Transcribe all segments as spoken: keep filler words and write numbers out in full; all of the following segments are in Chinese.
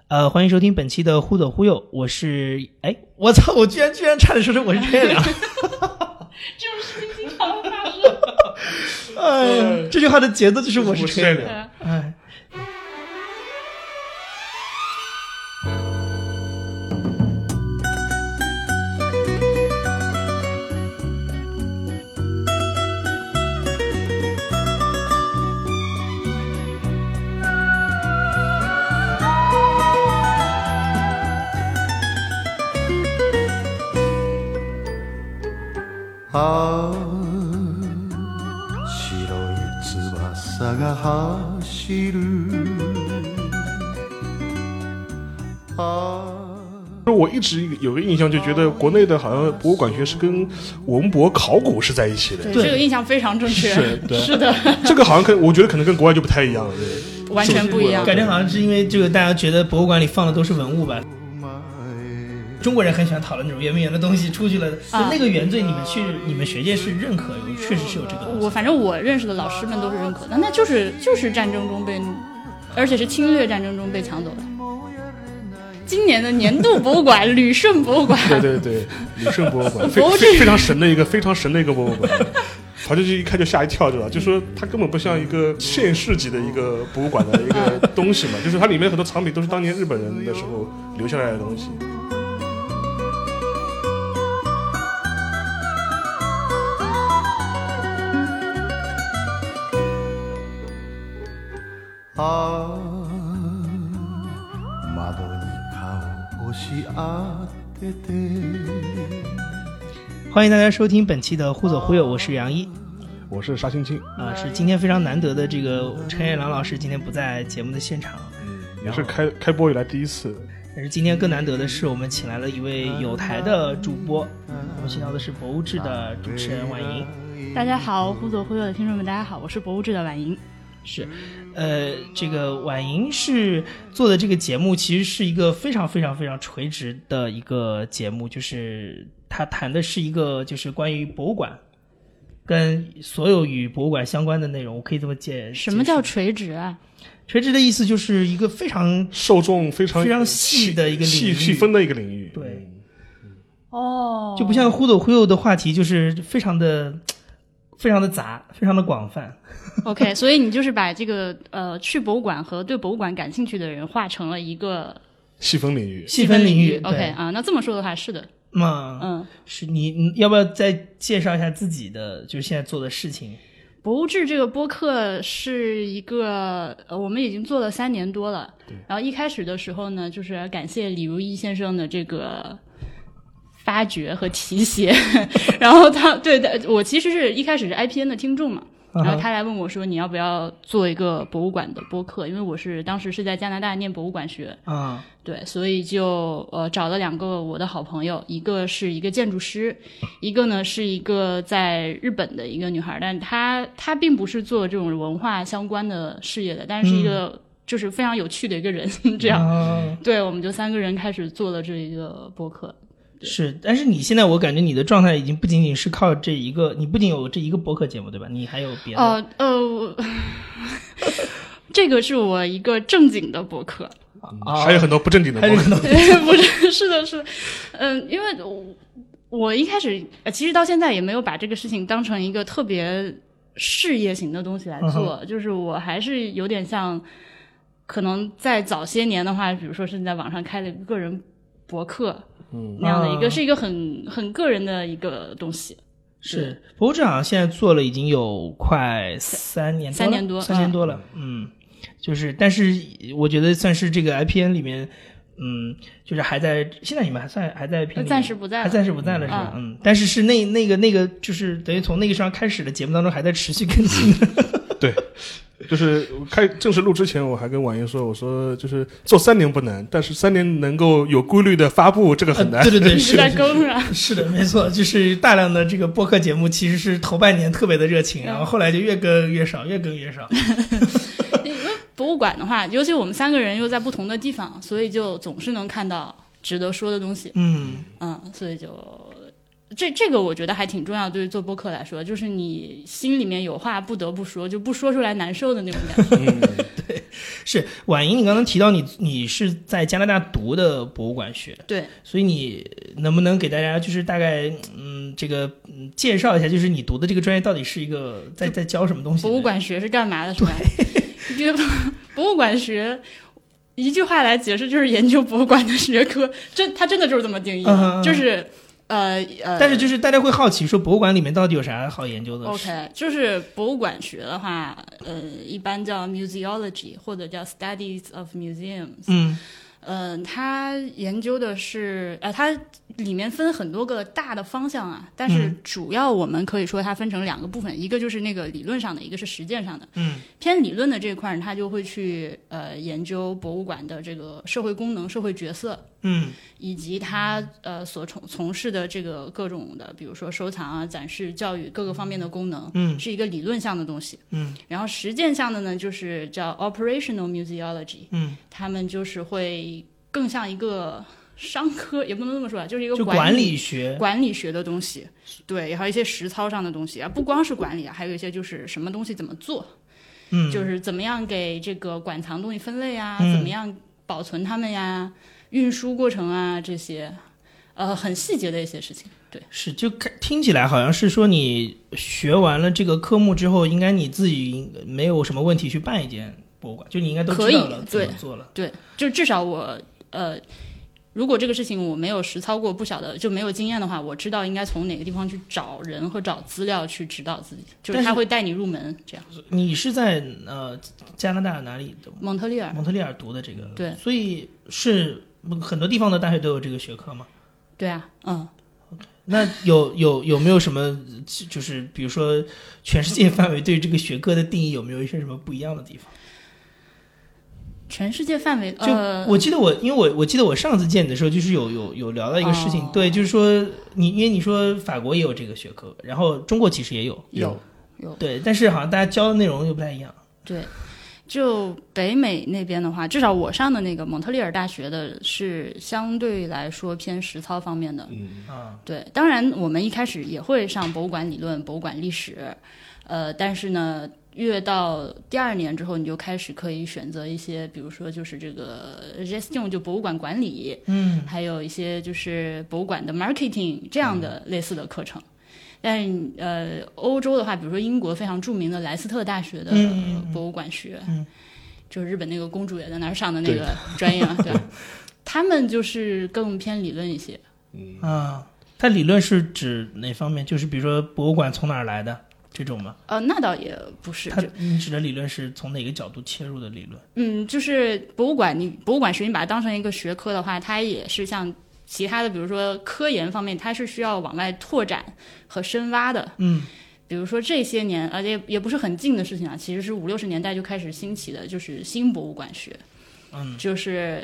呃，欢迎收听本期的忽左忽右，我是哎，我操，我居然居然差点说成我是陈彦良， 这种事情经常会发生。 哎，这句话的节奏就是我是陈彦良，哎。 あ白い翼が走る我一直有个印象，就觉得国内的好像博物馆学是跟文博考古是在一起的。 对，这个印象非常正确。 是的， 是的。 这个好像跟我觉得可能跟国外就不太一样了， 对，完全不一样。 感觉好像是因为这个大家觉得博物馆里放的都是文物吧。中国人很喜欢讨论这种圆明园的东西出去了，啊、那个原罪你们去你们学界是认可，有确实是有这个。 我反正我认识的老师们都是认可的，那就是就是战争中被，而且是侵略战争中被抢走的。今年的年度博物馆旅顺博物馆， 对对对，旅顺博物馆非非非常神的一个非常神的一个博物馆。跑进去一看就吓一跳，对吧？就说它根本不像一个县市级的一个博物馆的一个东西嘛，就是它里面很多藏品都是当年日本人的时候留下来的东西。 あ窓に顔をし当てて。 欢迎大家收听本期的忽左忽右，我是杨一， 我是沙青青啊，是今天非常难得的这个陈彦良老师今天不在节目的现场， 嗯，也是开开播以来第一次。 但是今天更难得的是，我们请来了一位有台的主播，我们请到的是博物志的主持人婉莹。 大家好，忽左忽右的听众们，大家好，我是博物志的婉莹。 是，呃，这个婉莹是做的这个节目，其实是一个非常非常非常垂直的一个节目，就是他谈的是一个就是关于博物馆跟所有与博物馆相关的内容，我可以这么解释。 什么叫垂直啊？ 垂直的意思就是一个非常受众非常非常细的一个领域， 细细分的一个领域。 对， 哦， 就不像忽左忽右的话题，就是非常的非常的杂，非常的广泛。 OK， 所以你就是把这个呃去博物馆和对博物馆感兴趣的人划成了一个细分领域。 细分领域 ，OK 啊，那这么说的话是的。 嘛， 嗯， 是你你要不要再介绍一下自己的就是现在做的事情？ 博物志这个播客是一个呃，我们已经做了三年多了。然后一开始的时候呢，就是感谢李如一先生的这个发掘和提携，然后他对的，我其实是一开始是 I P N 的听众嘛。然后他来问我说你要不要做一个博物馆的播客，因为我是当时是在加拿大念博物馆学啊， 对，所以就呃找了两个我的好朋友，一个是一个建筑师，一个呢是一个在日本的一个女孩，但她她并不是做这种文化相关的事业的，但是一个就是非常有趣的一个人，嗯、这样、啊，对，我们就三个人开始做了这一个播客。 是，但是你现在我感觉你的状态已经不仅仅是靠这一个，你不仅有这一个播客节目对吧？你还有别的？ 哦呃，这个是我一个正经的播客， 啊、还有很多不正经的播客。 不是，是的，是的，嗯、呃，因为我我一开始其实到现在也没有把这个事情当成一个特别事业型的东西来做，嗯、就是我还是有点像，可能在早些年的话，比如说是在网上开了一个个人博客。嗯，那样的一个、啊、是一个很很个人的一个东西。 是博物志好像现在做了已经有快三年多了三年多三年多了，嗯，嗯就是但是我觉得算是这个 I P N 里面，嗯，就是还在现在你们还算还在 I P N 暂时不在了， 还暂时不在了是吧？嗯，嗯但是是那那个那个就是等于从那个上开始的节目当中还在持续更新的。 对。就是开正式录之前，我还跟婉莹说，我说就是做三年不难，但是三年能够有规律的发布，这个很难。 呃、对对对，是在更啊， 是的，没错，就是大量的这个播客节目，其实是头半年特别的热情，然后后来就越更越少，越更越少。 因为博物馆的话，尤其我们三个人又在不同的地方，所以就总是能看到值得说的东西。 嗯嗯，所以就。这这个我觉得还挺重要，对于做播客来说，就是你心里面有话不得不说，就不说出来难受的那种感觉。 嗯，对， 是婉莹，你刚刚提到你你是在加拿大读的博物馆学， 对， 所以你能不能给大家就是大概嗯这个嗯介绍一下，就是你读的这个专业到底是一个在在教什么东西？ 博物馆学是干嘛的？是吧？这个博物馆学。一句话来解释，就是研究博物馆的学科，这它真的就是这么定义的， 嗯、 就是呃呃。 但是就是大家会好奇说，博物馆里面到底有啥好研究的 ？OK， 就是博物馆学的话，呃，一般叫 museology 或者叫 studies of museums。 嗯。 嗯、呃，它研究的是，呃，它里面分很多个大的方向啊，但是主要我们可以说它分成两个部分，嗯、一个就是那个理论上的，一个是实践上的。 嗯， 偏理论的这一块，它就会去呃研究博物馆的这个社会功能、社会角色， 嗯， 以及它呃所从从事的这个各种的，比如说收藏啊、展示、教育各个方面的功能， 嗯， 是一个理论项的东西。 嗯， 然后实践项的呢，就是叫 operational museology。 嗯， 他们就是会更像一个商科，也不能这么说啊，就是一个就管管理学、 管理学的东西。对，还有一些实操上的东西啊，不光是管理啊，还有一些就是什么东西怎么做， 嗯， 就是怎么样给这个馆藏东西分类啊， 嗯、 怎么样保存它们呀，运输过程啊这些，呃，很细节的一些事情。对， 是就听起来好像是说你学完了这个科目之后，应该你自己没有什么问题去办一间博物馆，就你应该都知道了怎么做了。 对，就至少我呃。如果这个事情我没有实操过，不晓得就没有经验的话，我知道应该从哪个地方去找人和找资料去指导自己，就是他会带你入门这样。 你是在呃加拿大哪里的？ 蒙特利尔。 蒙特利尔读的这个， 对， 所以是很多地方的大学都有这个学科吗？ 对啊，嗯。 那有有有没有什么，就是比如说全世界范围对这个学科的定义有没有一些什么不一样的地方？ 全世界范围， 就我记得我，因为我我记得我上次见你的时候，就是有有有聊到一个事情， 哦、 对，就是说你因为你说法国也有这个学科，然后中国其实也有， 有有， 对，但是好像大家教的内容又不太一样。 对，就北美那边的话，至少我上的那个蒙特利尔大学的是相对来说偏实操方面的， 嗯啊， 对，当然我们一开始也会上博物馆理论、博物馆历史，呃，但是呢。越到第二年之后，你就开始可以选择一些，比如说就是这个 gestion 就博物馆管理， 嗯， 还有一些就是博物馆的 marketing 这样的类似的课程。嗯、但是呃，欧洲的话，比如说英国非常著名的莱斯特大学的博物馆学， 嗯嗯嗯、 就是日本那个公主也在那儿上的那个专业啊，对吧？他们就是更偏理论一些。 嗯啊，它理论是指哪方面？就是比如说博物馆从哪儿来的？这种吗？ 呃，那倒也不是。 它你指的理论是从哪个角度切入的理论？ 嗯，就是博物馆，你博物馆学你把它当成一个学科的话，它也是像其他的，比如说科研方面，它是需要往外拓展和深挖的。 嗯， 比如说这些年，而且也不是很近的事情啊，其实是五六十年代就开始兴起的，就是新博物馆学。 嗯， 就是。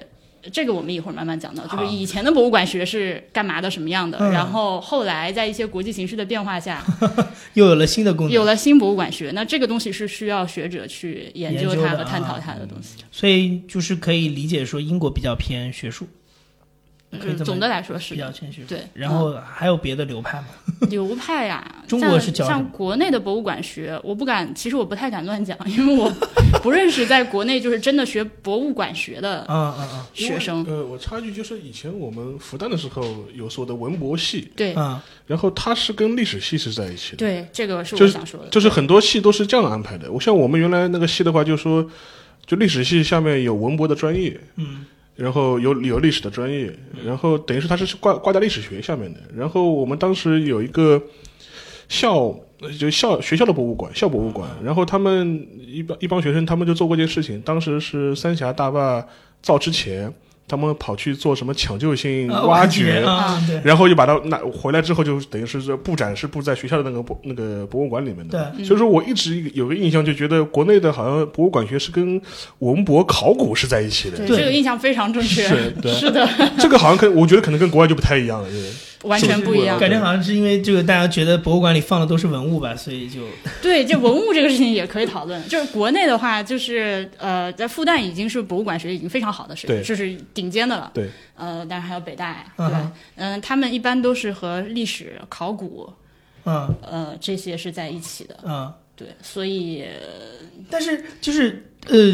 这个我们一会儿慢慢讲到，就是以前的博物馆学是干嘛的、什么样的， 嗯、 然后后来在一些国际形势的变化下， 又有了新的功能， 有了新博物馆学。那这个东西是需要学者去研究它和探讨它的东西。 啊、所以就是可以理解说，英国比较偏学术。 嗯，总的来说是比较谦虚， 对。 然后还有别的流派吗？ 流派呀、啊， 中国是教像国内的博物馆学，我不敢，其实我不太敢乱讲，因为我不认识在国内就是真的学博物馆学的学生。 嗯嗯嗯、呃，我插一句，就是以前我们复旦的时候有所谓的文博系， 对， 嗯， 然后它是跟历史系是在一起的。 对，这个是我想说的。 就是、就是很多系都是这样安排的。我像我们原来那个系的话，就说，就历史系下面有文博的专业， 嗯。 然后有有历史的专业，然后等于是它是挂挂在历史学下面的。然后我们当时有一个校，就校学校的博物馆，校博物馆。然后他们一帮一帮学生，他们就做过一件事情。当时是三峡大坝造之前，他们跑去做什么抢救性挖掘， 啊、 然后又把它拿回来之后，就等于是布展是布在学校的那个博那个博物馆里面的。 对， 所以说我一直有个印象，就觉得国内的好像博物馆学是跟文博考古是在一起的。 对，这个印象非常正确。 是，对是的。 这个好像跟我觉得可能跟国外就不太一样了，对。 完全不一样， 感觉好像是因为这个大家觉得博物馆里放的都是文物吧，所以就对，这文物这个事情也可以讨论。就是国内的话，就是呃，在复旦已经是博物馆学已经非常好的水平，就是顶尖的了。 对， 呃，当然还有北大呀，对吧？嗯、呃，他们一般都是和历史、考古， 嗯， 呃，这些是在一起的。 嗯， 对，所以， 但是就是呃。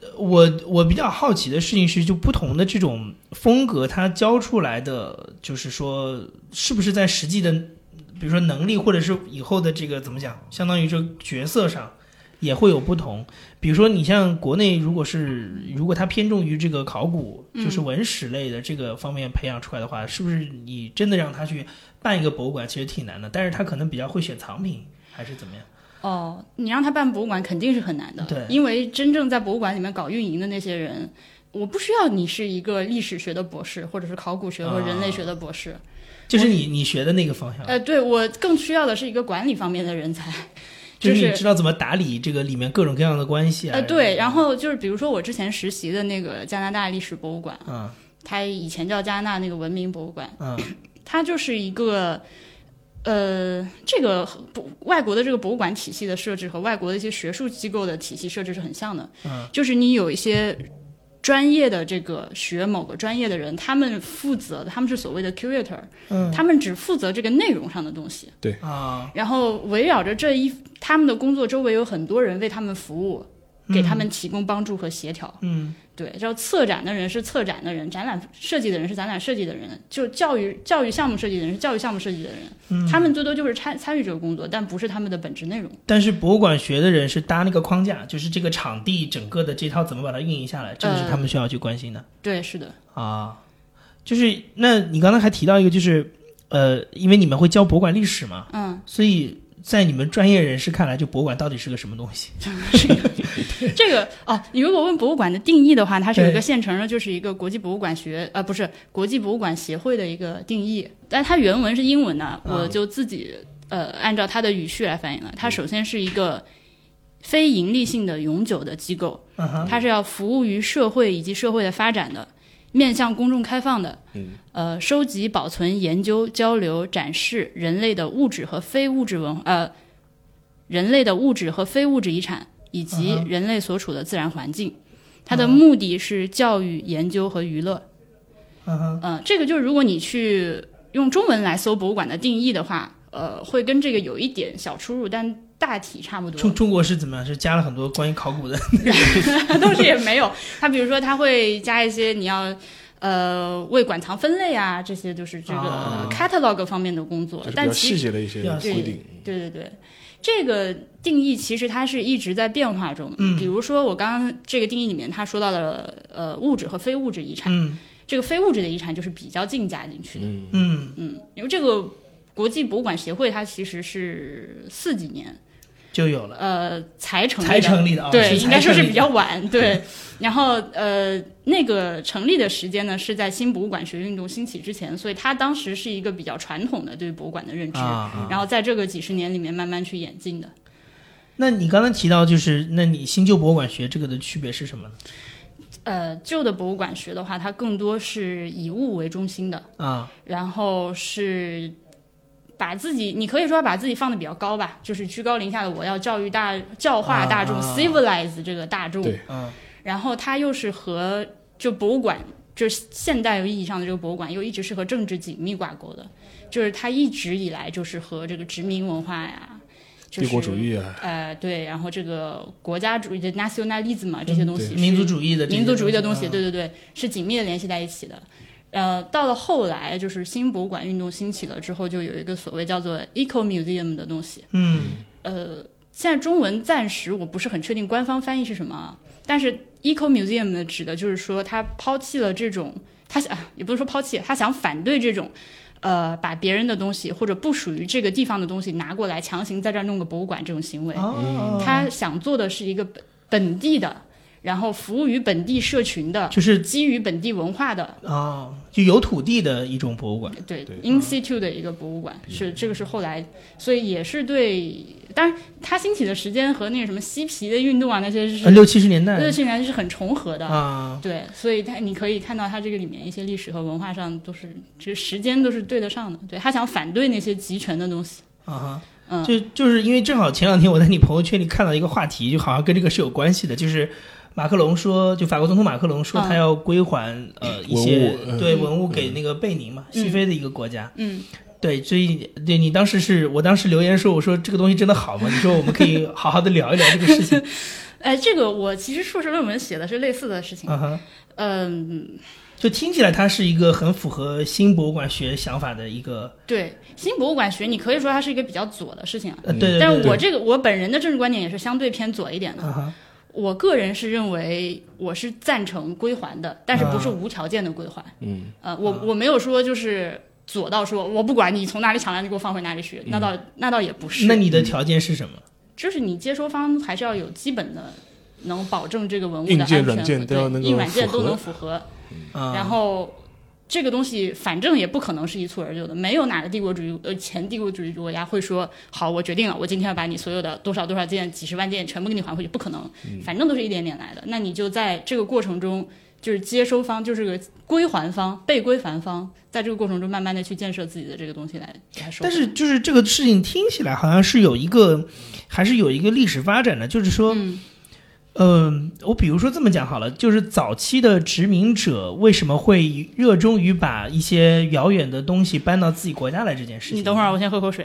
我我比较好奇的事情是，就不同的这种风格，它教出来的，就是说，是不是在实际的，比如说能力，或者是以后的这个怎么讲，相当于这个角色上也会有不同。比如说，你像国内，如果是如果它偏重于这个考古，就是文史类的这个方面培养出来的话，嗯、是不是你真的让他去办一个博物馆，其实挺难的？但是他可能比较会选藏品，还是怎么样？ 哦，你让他办博物馆肯定是很难的， 对， 因为真正在博物馆里面搞运营的那些人，我不需要你是一个历史学的博士，或者是考古学或人类学的博士，啊、 就是你你学的那个方向。 呃，对，我更需要的是一个管理方面的人才， 就是你知道怎么打理这个里面各种各样的关系啊。 呃，对，然后就是比如说我之前实习的那个加拿大历史博物馆， 嗯， 它以前叫加拿大那个文明博物馆， 嗯， 它就是一个。呃，这个外国的这个博物馆体系的设置和外国的一些学术机构的体系设置是很像的， 嗯， 就是你有一些专业的这个学某个专业的人，他们负责的，他们是所谓的 curator， 嗯， 他们只负责这个内容上的东西， 对啊， 然后围绕着这一他们的工作周围有很多人为他们服务，给他们提供帮助和协调， 嗯。 对，然后策展的人是策展的人，展览设计的人是展览设计的人，就教育教育项目设计的人是教育项目设计的人，嗯、他们最多就是参参与这个工作，但不是他们的本职内容。 但是博物馆学的人是搭那个框架，就是这个场地整个的这套怎么把它运营下来，这个是他们需要去关心的。呃、 对，是的。 啊，就是那你刚才还提到一个，就是呃，因为你们会教博物馆历史嘛， 嗯， 所以在你们专业人士看来，就博物馆到底是个什么东西？ 这个哦，你如果问博物馆的定义的话，它是有一个现成的，就是一个国际博物馆学呃不是国际博物馆协会的一个定义，但它原文是英文的，我就自己呃按照它的语序来翻译了。它首先是一个非盈利性的永久的机构，它是要服务于社会以及社会的发展的，面向公众开放的，呃，收集、保存、研究、交流、展示人类的物质和非物质文呃人类的物质和非物质遗产。以及人类所处的自然环境，它的目的是教育、研究和娱乐。 嗯、 呃，这个就是如果你去用中文来搜博物馆的定义的话，呃，会跟这个有一点小出入，但大体差不多。 中中国是怎么样？是加了很多关于考古的， 倒是也没有。它比如说，它会加一些你要呃为馆藏分类啊，这些就是这个 catalog 方面的工作， 啊、 但比较细节的一些规定。 对对对对。这个定义其实它是一直在变化中， 嗯， 比如说我刚刚这个定义里面，它说到了呃物质和非物质遗产， 嗯， 这个非物质的遗产就是比较近加进去的， 嗯嗯，因为这个国际博物馆协会它其实是四几年就有了， 呃，才成立的，才成立的， 对， 哦、 应该说是比较晚，对。然后呃，那个成立的时间呢是在新博物馆学运动兴起之前，所以它当时是一个比较传统的对博物馆的认知， 啊、 然后在这个几十年里面慢慢去演进的。 那你刚才提到，就是那你新旧博物馆学这个的区别是什么呢？ 呃，旧的博物馆学的话，它更多是以物为中心的啊， 然后是把自己，你可以说把自己放的比较高吧，就是居高临下的我要教育大、教化大众、啊、civilize 这个大众。 对， 嗯。 然后它又是和就博物馆，就是现代意义上的这个博物馆，又一直是和政治紧密挂钩的，就是它一直以来就是和这个殖民文化呀。就是、 帝国主义啊， 呃，对，然后这个国家主义的 nationalism 嘛，这些东西、 嗯，民族主义的民族主义的东西， 啊、 对对对，是紧密的联系在一起的。呃，到了后来，就是新博物馆运动兴起了之后，就有一个所谓叫做 eco museum 的东西。 嗯， 呃，现在中文暂时我不是很确定官方翻译是什么，但是 eco museum 呢，指的就是说他抛弃了这种，他想、啊、也不是说抛弃，他想反对这种。呃，把别人的东西或者不属于这个地方的东西拿过来，强行在这儿弄个博物馆这种行为， 哦、 他想做的是一个本本地的，然后服务于本地社群的， 就是基于本地文化的啊、哦，就有土地的一种博物馆。 对 ，in situ 的一个博物馆，嗯、是这个是后来，所以也是对，当然它兴起的时间和那个什么嬉皮的运动啊那些是六七十年代， 六七十年代是很重合的啊。 对，所以它你可以看到它这个里面一些历史和文化上都是，这个时间都是对得上的。对，他想反对那些集权的东西啊哈。 嗯， 就就是因为正好前两天我在你朋友圈里看到一个话题，就好像跟这个是有关系的，就是马克龙说，就法国总统马克龙说他要归还、嗯、呃一些文物对文物给那个贝宁嘛， 嗯、 西非的一个国家。 嗯， 对，所以对你当时是我当时留言说，我说这个东西真的好吗？你说我们可以好好的聊一聊这个事情。 哎，这个我其实硕士论文写的是类似的事情。 嗯、 uh-huh. 呃， 就听起来它是一个很符合新博物馆学想法的一个。 对，新博物馆学你可以说它是一个比较左的事情、啊呃、对, 对, 对, 对。 但是我这个我本人的政治观点也是相对偏左一点的。 Uh-huh. 我个人是认为我是赞成归还的，但是不是无条件的归还。 嗯， 呃，我我没有说就是左到说我不管你从哪里抢来，你给我放回哪里去，那倒那倒也不是。 那你的条件是什么？ 就是你接收方还是要有基本的能保证这个文物的安全， 硬件软件都要能够硬软件都能符合。 嗯、 然后这个东西反正也不可能是一蹴而就的，没有哪个帝国主义呃前帝国主义国家会说好我决定了，我今天要把你所有的多少多少件几十万件全部给你还回去，不可能，反正都是一点点来的。那你就在这个过程中，就是接收方就是个归还方被归还方，在这个过程中慢慢的去建设自己的这个东西来来收。 但是就是这个事情听起来好像是有一个还是有一个历史发展的，就是说嗯呃，我比如说这么讲好了，就是早期的殖民者为什么会热衷于把一些遥远的东西搬到自己国家来这件事情？ 你等会儿，我先喝口水。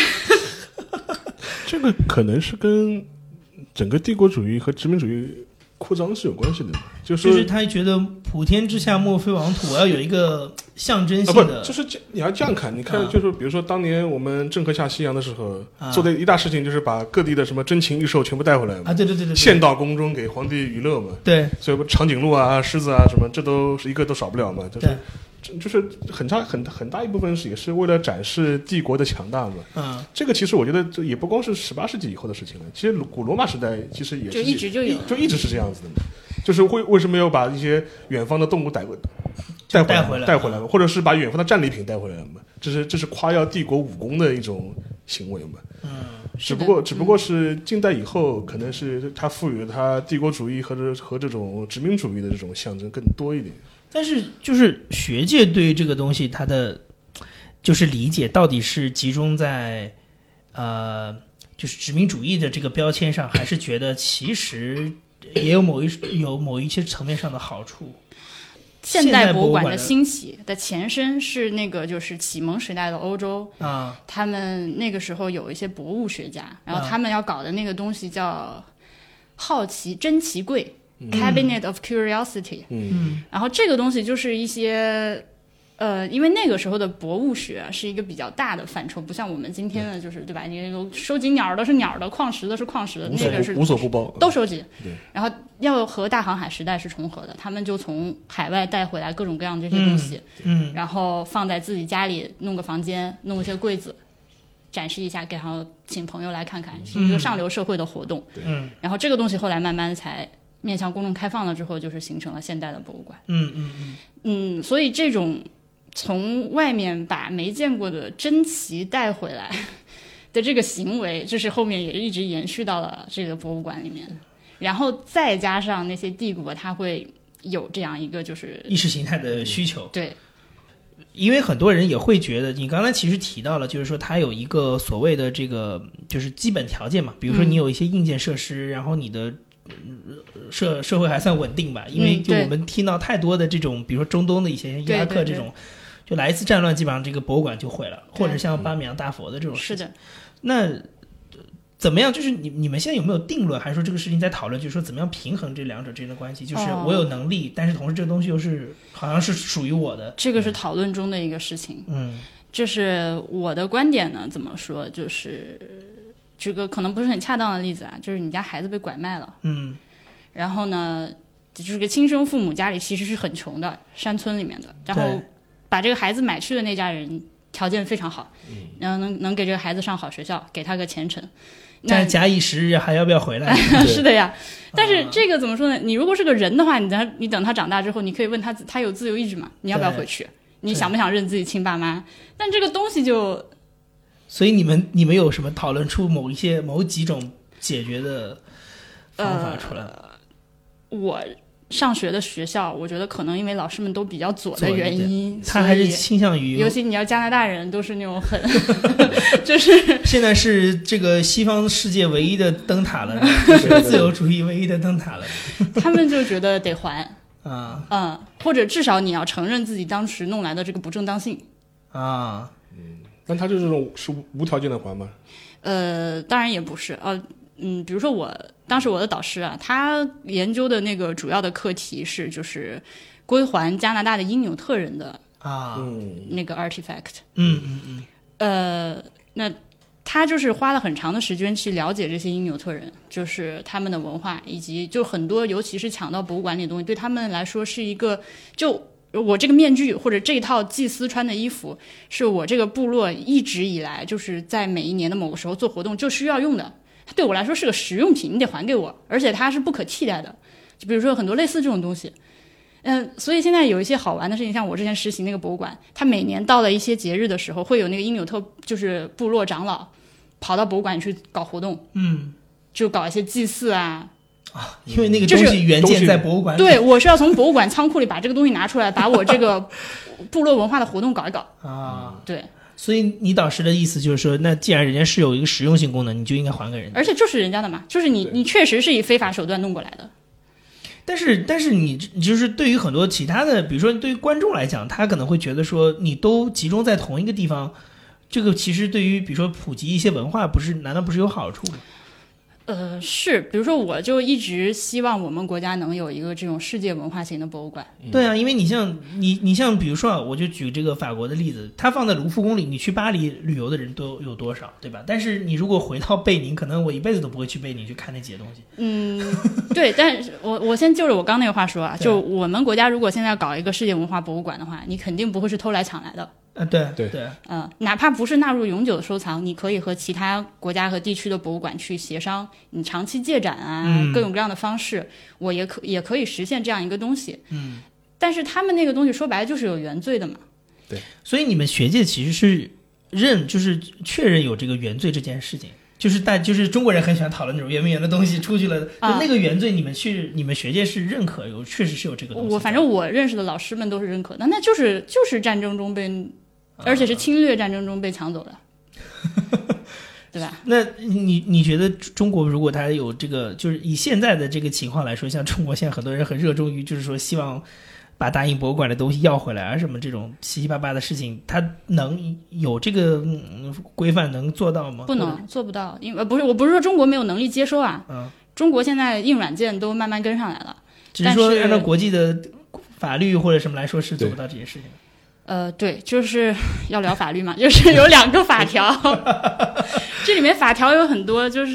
这个可能是跟整个帝国主义和殖民主义扩张是有关系的，就是就是他觉得普天之下莫非王土，我要有一个象征性的， 啊、不，就是你要这样看，你看，就是比如说当年我们郑和下西洋的时候、啊、做的一大事情，就是把各地的什么珍禽异兽全部带回来嘛， 啊，对对对对， 献到宫中给皇帝娱乐嘛， 对， 所以长颈鹿啊、狮子啊什么，这都是一个都少不了嘛，就是。就是很大很很大一部分是也是为了展示帝国的强大嘛。 嗯， 这个其实我觉得这也不光是十八世纪以后的事情了，其实古罗马时代其实也是就一直就有， 就一直是这样子的嘛。就是为为什么要把一些远方的动物带回带回来带回来带回来嘛，或者是把远方的战利品带回来嘛？这是这是夸耀帝国武功的一种行为嘛。 嗯， 只不过只不过是近代以后，可能是它赋予了它帝国主义和这和这种殖民主义的这种象征更多一点。 但是就是学界对于这个东西它的就是理解到底是集中在呃就是殖民主义的这个标签上，还是觉得其实也有某一有某一些层面上的好处？ 现代博物馆的兴起的前身是那个就是启蒙时代的欧洲啊， 他们那个时候有一些博物学家，然后他们要搞的那个东西叫好奇珍奇柜。Cabinet of Curiosity， 嗯， 然后这个东西就是一些，呃，因为那个时候的博物学是一个比较大的范畴，不像我们今天的，就是对吧？你收集鸟的是鸟的，矿石的是矿石的，那个是无所不包， 都收集。 对， 然后要和大航海时代是重合的，他们就从海外带回来各种各样的这些东西， 嗯， 然后放在自己家里，弄个房间，弄一些柜子。展示一下，给然后请朋友来看看，是一个上流社会的活动。 嗯， 然后这个东西后来慢慢才面向公众开放了之后，就是形成了现代的博物馆。 嗯嗯嗯嗯，所以这种从外面把没见过的珍奇带回来的这个行为，就是后面也一直延续到了这个博物馆里面。然后再加上那些帝国，它会有这样一个就是意识形态的需求。 对。 因为很多人也会觉得，你刚才其实提到了，就是说它有一个所谓的这个就是基本条件嘛，比如说你有一些硬件设施，嗯、然后你的社社会还算稳定吧。因为就我们听到太多的这种，比如说中东的一些伊拉克这种， 对对对就来一次战乱，基本上这个博物馆就毁了，或者像巴米扬大佛的这种事情。 是的， 那。怎么样？就是你你们现在有没有定论，还是说这个事情在讨论？就是说怎么样平衡这两者之间的关系？就是我有能力，哦、但是同时这个东西又是好像是属于我的。 这个是讨论中的一个事情。 嗯， 就是我的观点呢，怎么说？就是这个可能不是很恰当的例子啊，就是你家孩子被拐卖了， 嗯， 然后呢，就是个亲生父母家里其实是很穷的，山村里面的，然后把这个孩子买去的那家人条件非常好，然后能能给这个孩子上好学校，给他个前程。 但是假以时日还要不要回来？ 是的呀，但是这个怎么说呢？你如果是个人的话，你等他你等他长大之后，你可以问他，他有自由意志嘛？你要不要回去？你想不想认自己亲爸妈？但这个东西就， 所以你们你们有什么讨论出某一些某几种解决的方法出来？ 呃、我上学的学校，我觉得可能因为老师们都比较左的原因， 他还是倾向于， 尤其你要加拿大人都是那种很，就是现在是这个西方世界唯一的灯塔了，就是自由主义唯一的灯塔了。 他们就觉得得还啊， 嗯，或者至少你要承认自己当时弄来的这个不正当性啊。 嗯，但他就这种是无条件的还吗？ 呃，当然也不是，呃。 嗯，比如说我当时我的导师啊，他研究的那个主要的课题是就是归还加拿大的因纽特人的啊那个 artifact。 嗯嗯嗯。 呃，那他就是花了很长的时间去了解这些因纽特人，就是他们的文化，以及就很多尤其是抢到博物馆里的东西，对他们来说是一个就。我这个面具或者这套祭司穿的衣服，是我这个部落一直以来就是在每一年的某个时候做活动就需要用的，它对我来说是个实用品，你得还给我，而且它是不可替代的。就比如说很多类似这种东西，嗯、呃，所以现在有一些好玩的事情，像我之前实习那个博物馆，它每年到了一些节日的时候，会有那个因纽特就是部落长老跑到博物馆去搞活动， 嗯， 就搞一些祭祀啊。 啊，因为那个东西原件在博物馆里， 对，我是要从博物馆仓库里把这个东西拿出来，把我这个部落文化的活动搞一搞啊。 对， 所以你导师的意思就是说，那既然人家是有一个实用性功能，你就应该还给人家， 而且就是人家的嘛，就是你你确实是以非法手段弄过来的。 但是但是你就是对于很多其他的，比如说对于观众来讲，他可能会觉得说，你都集中在同一个地方，这个其实对于比如说普及一些文化，不是难道不是有好处吗？ 呃，是，比如说，我就一直希望我们国家能有一个这种世界文化型的博物馆。 对啊，因为你像你，你像比如说啊，我就举这个法国的例子，它放在卢浮宫里，你去巴黎旅游的人都有多少，对吧？但是你如果回到贝宁，可能我一辈子都不会去贝宁去看那几些东西。 嗯，对，但是我我先就着我刚那个话说啊，就我们国家如果现在搞一个世界文化博物馆的话，你肯定不会是偷来抢来的。 啊，对对对， 嗯、呃，哪怕不是纳入永久的收藏，你可以和其他国家和地区的博物馆去协商，你长期借展啊， 嗯、 各种各样的方式，我也可也可以实现这样一个东西。 嗯， 但是他们那个东西说白了就是有原罪的嘛。 对， 所以你们学界其实是认，就是确认有这个原罪这件事情。就是大，就是中国人很喜欢讨论那种圆明园的东西出去了， 啊、 就那个原罪，你们去你们学界是认可有，确实是有这个东西。 我反正我认识的老师们都是认可的，那就是就是战争中被。而且是侵略战争中被抢走的，对吧？ 那你你觉得中国如果它有这个，就是以现在的这个情况来说，像中国现在很多人很热衷于，就是说希望把大英博物馆的东西要回来啊，什么这种七七八八的事情，它能有这个、嗯、规范能做到吗？ 不能，做不到。因为不是，我不是说中国没有能力接收啊， 嗯，中国现在硬软件都慢慢跟上来了， 只是说按照国际的法律或者什么来说是做不到这些事情的。 呃，对，就是要聊法律嘛，就是有两个法条，这里面法条有很多，就是，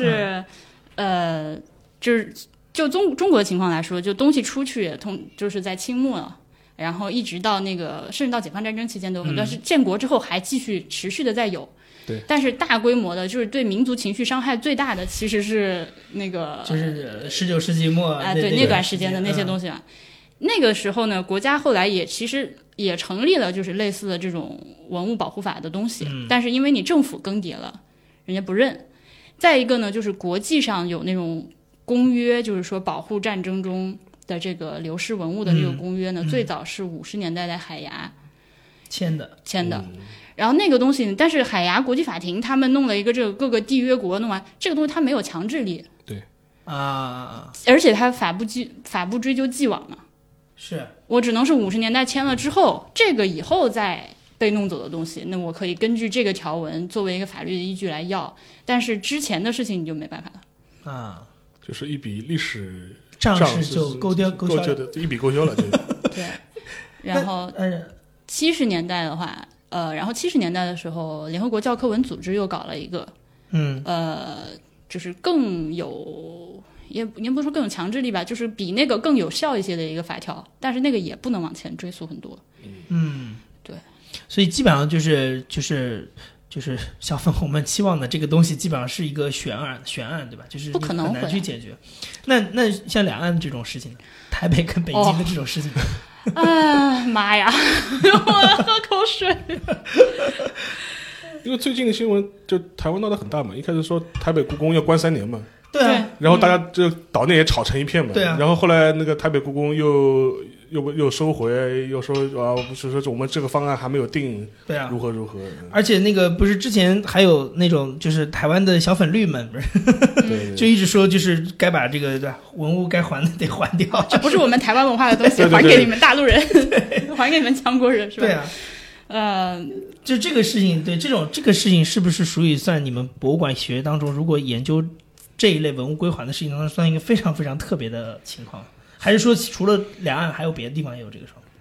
嗯、呃，就是就中中国的情况来说，就东西出去通就是在清末，然后一直到那个甚至到解放战争期间都有很多，但是建国之后还继续持续的在有。 对， 但是大规模的，就是对民族情绪伤害最大的，其实是那个， 就是十九世纪末啊、呃，对那段时间的那些东西啊。嗯、那个时候呢，国家后来也其实也成立了，就是类似的这种文物保护法的东西， 嗯、 但是因为你政府更迭了，人家不认。再一个呢，就是国际上有那种公约，就是说保护战争中的这个流失文物的这个公约呢， 嗯、 最早是五十年代在海牙签的， 签的。 嗯然后那个东西，但是海牙国际法庭他们弄了一个这个各个缔约国弄完这个东西，它没有强制力， 对啊， 而且它法不追法不追究既往嘛， 是我只能是五十年代签了之后，这个以后再被弄走的东西，那我可以根据这个条文作为一个法律的依据来要，但是之前的事情你就没办法了啊， 就是一笔历史账是就勾掉勾销的，一笔勾销了，对对，然后七十年代的话。呃，然后七十年代的时候，联合国教科文组织又搞了一个， 嗯， 呃，就是更有，也也不是说更有强制力吧，就是比那个更有效一些的一个法条，但是那个也不能往前追溯很多。 嗯， 对， 所以基本上就是就是就是小粉红们期望的这个东西，基本上是一个悬案，悬案对吧？就是不可能很难去解决。那那像两岸这种事情，台北跟北京的这种事情。哦啊妈呀！我要喝口水。 因为最近的新闻就台湾闹得很大嘛，一开始说台北故宫要关三年嘛， 对啊， 然后大家就岛内也吵成一片嘛， 对啊， 然后后来那个台北故宫又又又收回，又说啊，不是说我们这个方案还没有定， 对啊， 如何如何。 而且那个不是之前还有那种就是台湾的小粉绿们，不是， 对， 就一直说就是该把这个文物该还的得还掉， 这不是我们台湾文化的东西，还给你们大陆人，还给你们强国人，是吧？ 对啊。 呃， 就这个事情，对这种这个事情是不是属于算你们博物馆学当中，如果研究这一类文物归还的事情当中算一个非常非常特别的情况，还是说除了两岸还有别的地方也有这个状况？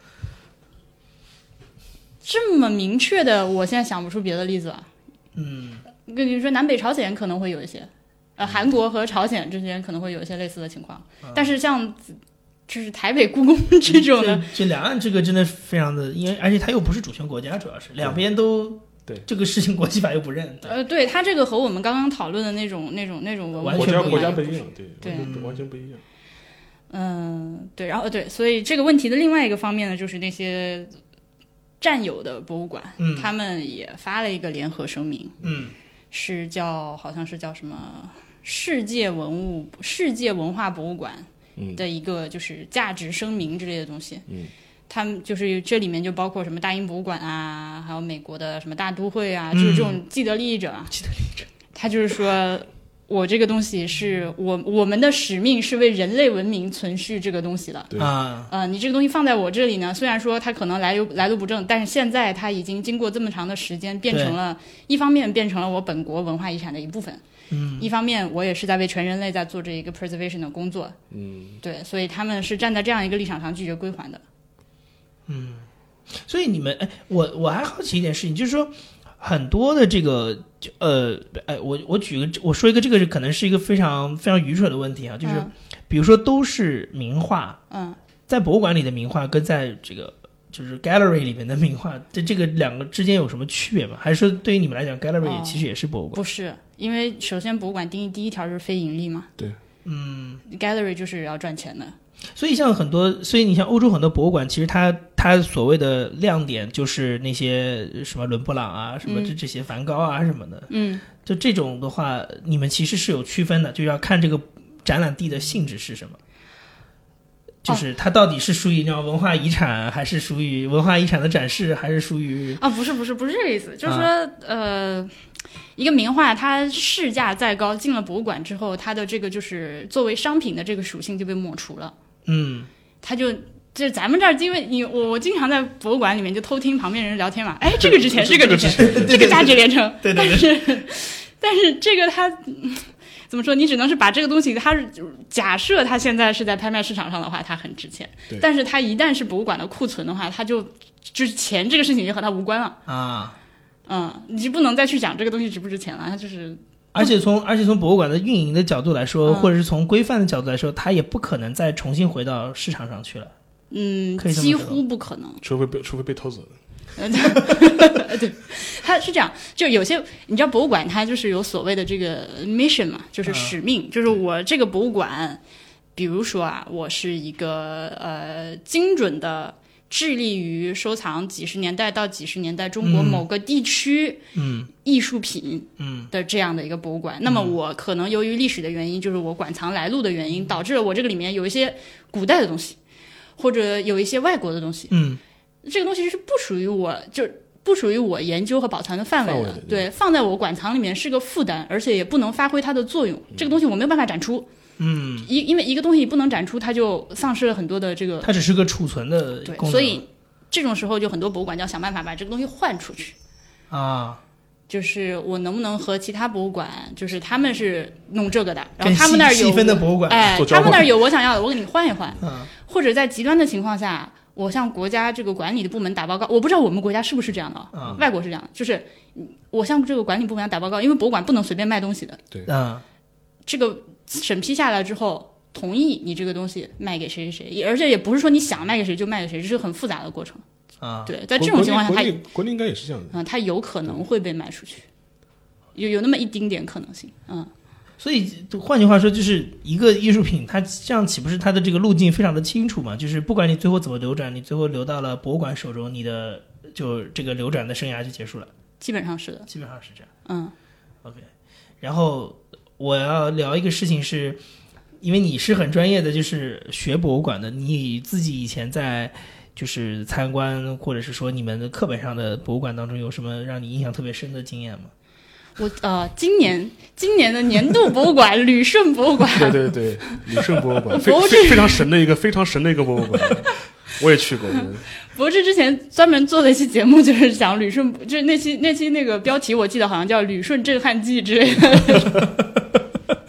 这么明确的，我现在想不出别的例子了。 嗯， 跟你说，南北朝鲜可能会有一些，呃，韩国和朝鲜之间可能会有一些类似的情况， 嗯、 但是像就是台北故宫这种的， 这两岸这个真的非常的，因为而且它又不是主权国家，主要是两边都。 对这个事情，国际法又不认。 呃，对，它这个和我们刚刚讨论的那种、那种、那种文物国家国家不一样，对对， 完全不一样。 嗯，对，然后对，所以这个问题的另外一个方面呢，就是那些占有的博物馆， 嗯， 他们也发了一个联合声明， 嗯， 是叫好像是叫什么世界文物、世界文化博物馆的一个就是价值声明之类的东西， 嗯。 他们就是这里面就包括什么大英博物馆啊，还有美国的什么大都会啊，就是这种既得利益者啊。 既得利益者， 他就是说，我这个东西是我我们的使命是为人类文明存续这个东西的。 啊， 呃，你这个东西放在我这里呢，虽然说它可能来路来路不正，但是现在它已经经过这么长的时间，变成了一方面变成了我本国文化遗产的一部分。 嗯， 一方面我也是在为全人类在做这一个 preservation 的工作。 嗯， 对，所以他们是站在这样一个立场上拒绝归还的。 嗯，所以你们，哎，我我还好奇一点事情，就是说很多的这个，呃，哎，我我举个，我说一个，这个可能是一个非常非常愚蠢的问题啊，就是、嗯、比如说都是名画， 嗯， 在博物馆里的名画跟在这个就是 gallery 里面的名画，这这个两个之间有什么区别吗？还是说对于你们来讲 gallery 其实也是博物馆？ 哦、不是，因为首先博物馆定义第一条就是非盈利嘛， 对， 嗯 ，gallery 就是要赚钱的。 所以像很多，所以你像欧洲很多博物馆，其实它它所谓的亮点就是那些什么伦勃朗啊，什么这这些梵高啊什么的， 嗯， 就这种的话，你们其实是有区分的，就要看这个展览地的性质是什么，就是它到底是属于那种文化遗产，还是属于文化遗产的展示，还是属于啊？不是不是不是这个意思，就是说、 啊、 呃。一个名画它市价再高，进了博物馆之后，它的这个就是作为商品的这个属性就被抹除了。 嗯， 它就就咱们这儿，因为你我我经常在博物馆里面就偷听旁边人聊天嘛，哎，这个值钱，这个值钱，这个价值连城。 对对对。 但是但是这个它怎么说？你只能是把这个东西，它假设它现在是在拍卖市场上的话，它很值钱。但是它一旦是博物馆的库存的话，它就就是钱这个事情就和它无关了啊。 嗯，你就不能再去讲这个东西值不值钱了，它就是。 而且从而且从博物馆的运营的角度来说、嗯，或者是从规范的角度来说，它也不可能再重新回到市场上去了。 嗯，几乎不可能， 除非被除非被偷走了。 对，它是这样，就有些你知道，博物馆它就是有所谓的这个 mission 嘛，就是使命，嗯、就是我这个博物馆，比如说啊，我是一个呃精准的。致力于收藏几十年代到几十年代中国某个地区艺术品的这样的一个博物馆、嗯嗯、那么我可能由于历史的原因，就是我馆藏来路的原因，导致了我这个里面有一些古代的东西，或者有一些外国的东西， 嗯， 这个东西是不属于我，就不属于我研究和保存的范围的，对，放在我馆藏里面是个负担，而且也不能发挥它的作用、嗯、这个东西我没有办法展出。 嗯， 因因为一个东西不能展出，它就丧失了很多的这个， 它只是个储存的功能， 对，所以这种时候就很多博物馆就要想办法把这个东西换出去啊。 就是我能不能和其他博物馆，就是他们是弄这个的，然后他们那儿有细分的博物馆， 哎，他们那儿有我想要的，我给你换一换。 嗯， 或者在极端的情况下，我向国家这个管理的部门打报告，我不知道我们国家是不是这样的， 嗯、 外国是这样的，就是我向这个管理部门打报告，因为博物馆不能随便卖东西的， 对， 嗯， 这个审批下来之后。同意你这个东西卖给谁谁谁，而且也不是说你想卖给谁就卖给谁，这是很复杂的过程啊。 对，在这种情况下，它国内应该也是这样的， 嗯，它有可能会被卖出去，有有那么一丁点可能性，嗯。 所以换句话说，就是一个艺术品，它这样岂不是它的这个路径非常的清楚嘛？就是不管你最后怎么流转，你最后流到了博物馆手中，你的就这个流转的生涯就结束了。 基本上是的， 基本上是这样。 嗯 ，OK。然后我要聊一个事情是。因为你是很专业的，就是学博物馆的，你自己以前在就是参观或者是说你们的课本上的博物馆当中有什么让你印象特别深的经验吗？ 我呃，今年今年的年度博物馆旅顺博物馆， 对对对，旅顺博物馆非非非常神的一个非常神的一个博物馆，我也去过。 博士之前专门做了一期节目，就是讲旅顺，就是那期那期那个标题我记得好像叫《旅顺震撼记》之类的。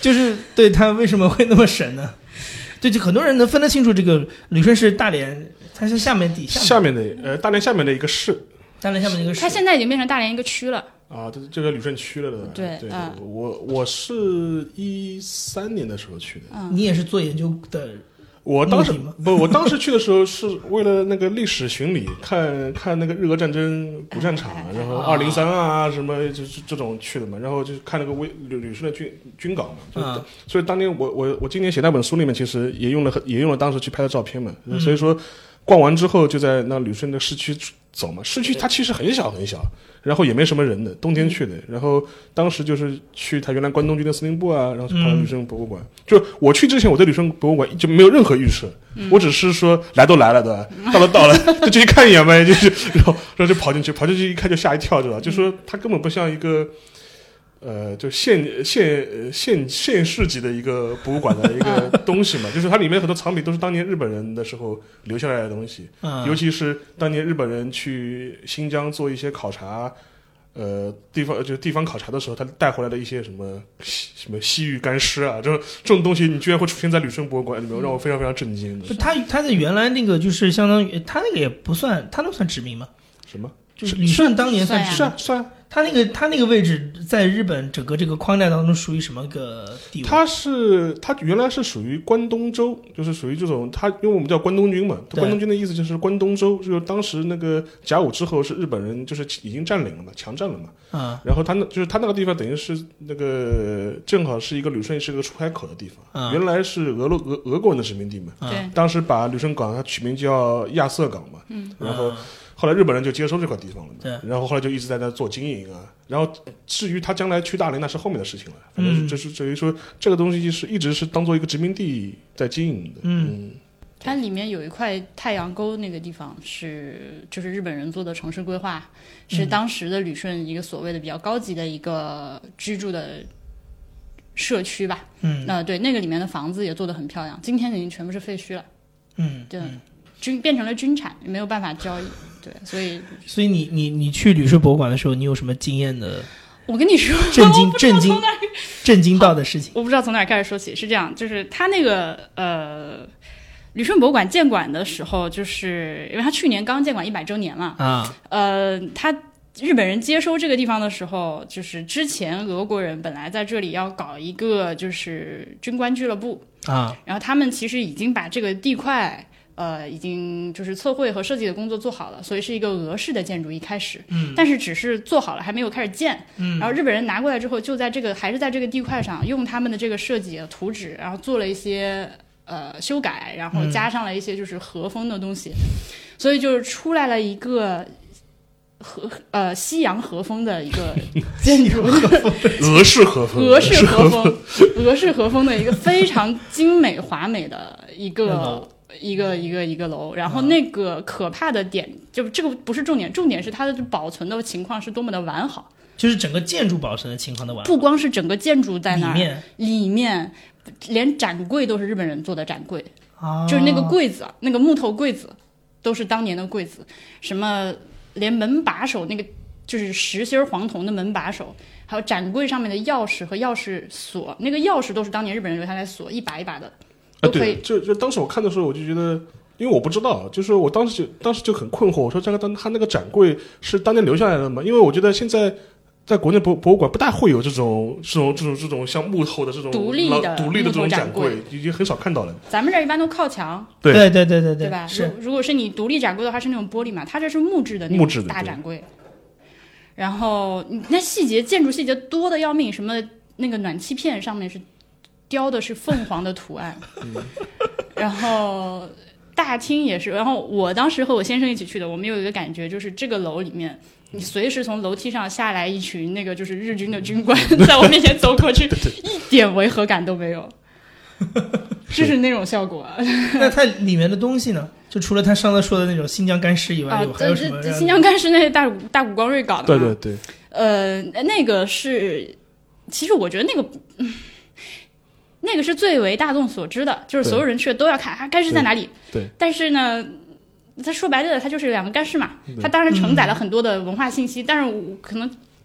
就是对他为什么会那么神呢？对，就很多人能分得清楚这个旅顺是大连，它是下面底下下面的呃大连下面的一个市， 大连下面的一个市， 它现在已经变成大连一个区了。 啊，这这个旅顺区了的。 对对， 嗯、 我我是一三年的时候去的。 嗯， 你也是做研究的。 我当时不，我当时去的时候是为了那个历史巡礼，看看那个日俄战争古战场，然后二零三啊什么就是这种去的嘛，然后就看那个卫旅旅顺的军军港嘛，就、嗯、所以当年我我我今年写那本书里面其实也用了也用了当时去拍的照片嘛，嗯、所以说逛完之后就在那旅顺的市区走嘛，市区它其实很小很小，然后也没什么人的，冬天去的，然后当时就是去他原来关东军的司令部啊，然后去跑到旅顺博物馆。嗯、就我去之前，我对旅顺博物馆就没有任何预设，嗯、我只是说来都来了，对吧？到了到了，就进去看一眼呗，就是然后然后就跑进去，跑进去一看就吓一跳，对吧？就说它根本不像一个。呃，就现现现现世级的一个博物馆的一个东西嘛，就是它里面很多藏品都是当年日本人的时候留下来的东西，嗯、尤其是当年日本人去新疆做一些考察，呃，地方就地方考察的时候，他带回来的一些什么什么西域干尸啊，这种这种东西，你居然会出现在旅顺博物馆里面，让我非常非常震惊。 不，他他的原来那个就是相当于他那个也不算，他能算殖民吗？ 什么？ 就是旅顺当年算殖民， 算算。 他那个他那个位置在日本整个这个框架当中属于什么个地位？ 他是他原来是属于关东州，就是属于这种他，因为我们叫关东军嘛，关东军的意思就是关东州，就是当时那个甲午之后是日本人就是已经占领了嘛，强占了嘛。 啊、嗯， 然后他那就是他那个地方等于是那个正好是一个旅顺是个出海口的地方，嗯、原来是俄罗俄俄国人的殖民地嘛， 对， 当时把旅顺港它取名叫亚瑟港嘛， 嗯， 然后。后来日本人就接收这块地方了嘛， 对， 然后后来就一直在那做经营啊，然后至于他将来去大连那是后面的事情了，反正就是等于说这个东西是一直是当做一个殖民地在经营的。 嗯， 嗯它里面有一块太阳沟那个地方是就是日本人做的城市规划，是当时的旅顺一个所谓的比较高级的一个居住的社区吧。 嗯， 那、呃、对那个里面的房子也做得很漂亮，今天已经全部是废墟了。 嗯， 对。 嗯军变成了军产，没有办法交易，对，所以所以你你你去旅顺博物馆的时候，你有什么惊艳的？ 我跟你说， 震惊震惊震惊到的事情， 我不知道从哪儿开始说起。是这样，就是他那个呃，旅顺博物馆建馆的时候，就是因为他去年刚建馆一百周年嘛， 啊， 呃，他日本人接收这个地方的时候，就是之前俄国人本来在这里要搞一个就是军官俱乐部啊， 然后他们其实已经把这个地块。呃，已经就是测绘和设计的工作做好了，所以是一个俄式的建筑一开始， 嗯， 但是只是做好了，还没有开始建， 嗯， 然后日本人拿过来之后，就在这个还是在这个地块上用他们的这个设计图纸，然后做了一些呃修改，然后加上了一些就是和风的东西，嗯、所以就是出来了一个和呃西洋和风的一个建筑， 俄式和风， 俄式和风，俄式和风的一个非常精美华美的一个。一个一个一个楼，然后那个可怕的点，嗯、就这个不是重点，重点是它的保存的情况是多么的完好， 就是整个建筑保存的情况的完好， 不光是整个建筑在那儿， 里面里面连展柜都是日本人做的展柜， 哦、 就是那个柜子，那个木头柜子都是当年的柜子，什么连门把手那个就是实心黄铜的门把手，还有展柜上面的钥匙和钥匙锁，那个钥匙都是当年日本人留下来锁，一把一把的。 啊，对，就就当时我看的时候，我就觉得，因为我不知道，就是我当时就当时就很困惑，我说这个当他那个展柜是当年留下来的吗？因为我觉得现在在国内博博物馆不大会有这种这种这种这种像木头的这种独立的独立的这种展柜， 已经很少看到了。 咱们这儿一般都靠墙， 对对对对对对吧？ 是， 如果是你独立展柜的话，是那种玻璃嘛，它这是木质的那种大展柜。然后那细节建筑细节多的要命，什么那个暖气片上面是雕的是凤凰的图案， 嗯、 然后大厅也是。然后我当时和我先生一起去的，我们有一个感觉，就是这个楼里面，你随时从楼梯上下来一群那个就是日军的军官在我面前走过去，一点违和感都没有，就是那种效果。 那它里面的东西呢？就除了他上次说的那种新疆干尸以外， 啊、 有还有什么？ 新疆干尸那是大大谷光瑞搞的嘛？ 对对对。 呃，那个是，其实我觉得那个。嗯那个是最为大众所知的，就是所有人去都要看啊，干尸在哪里？ 对。对但是呢，他说白了，他就是两个干尸嘛，他当然承载了很多的文化信息，嗯、但是可能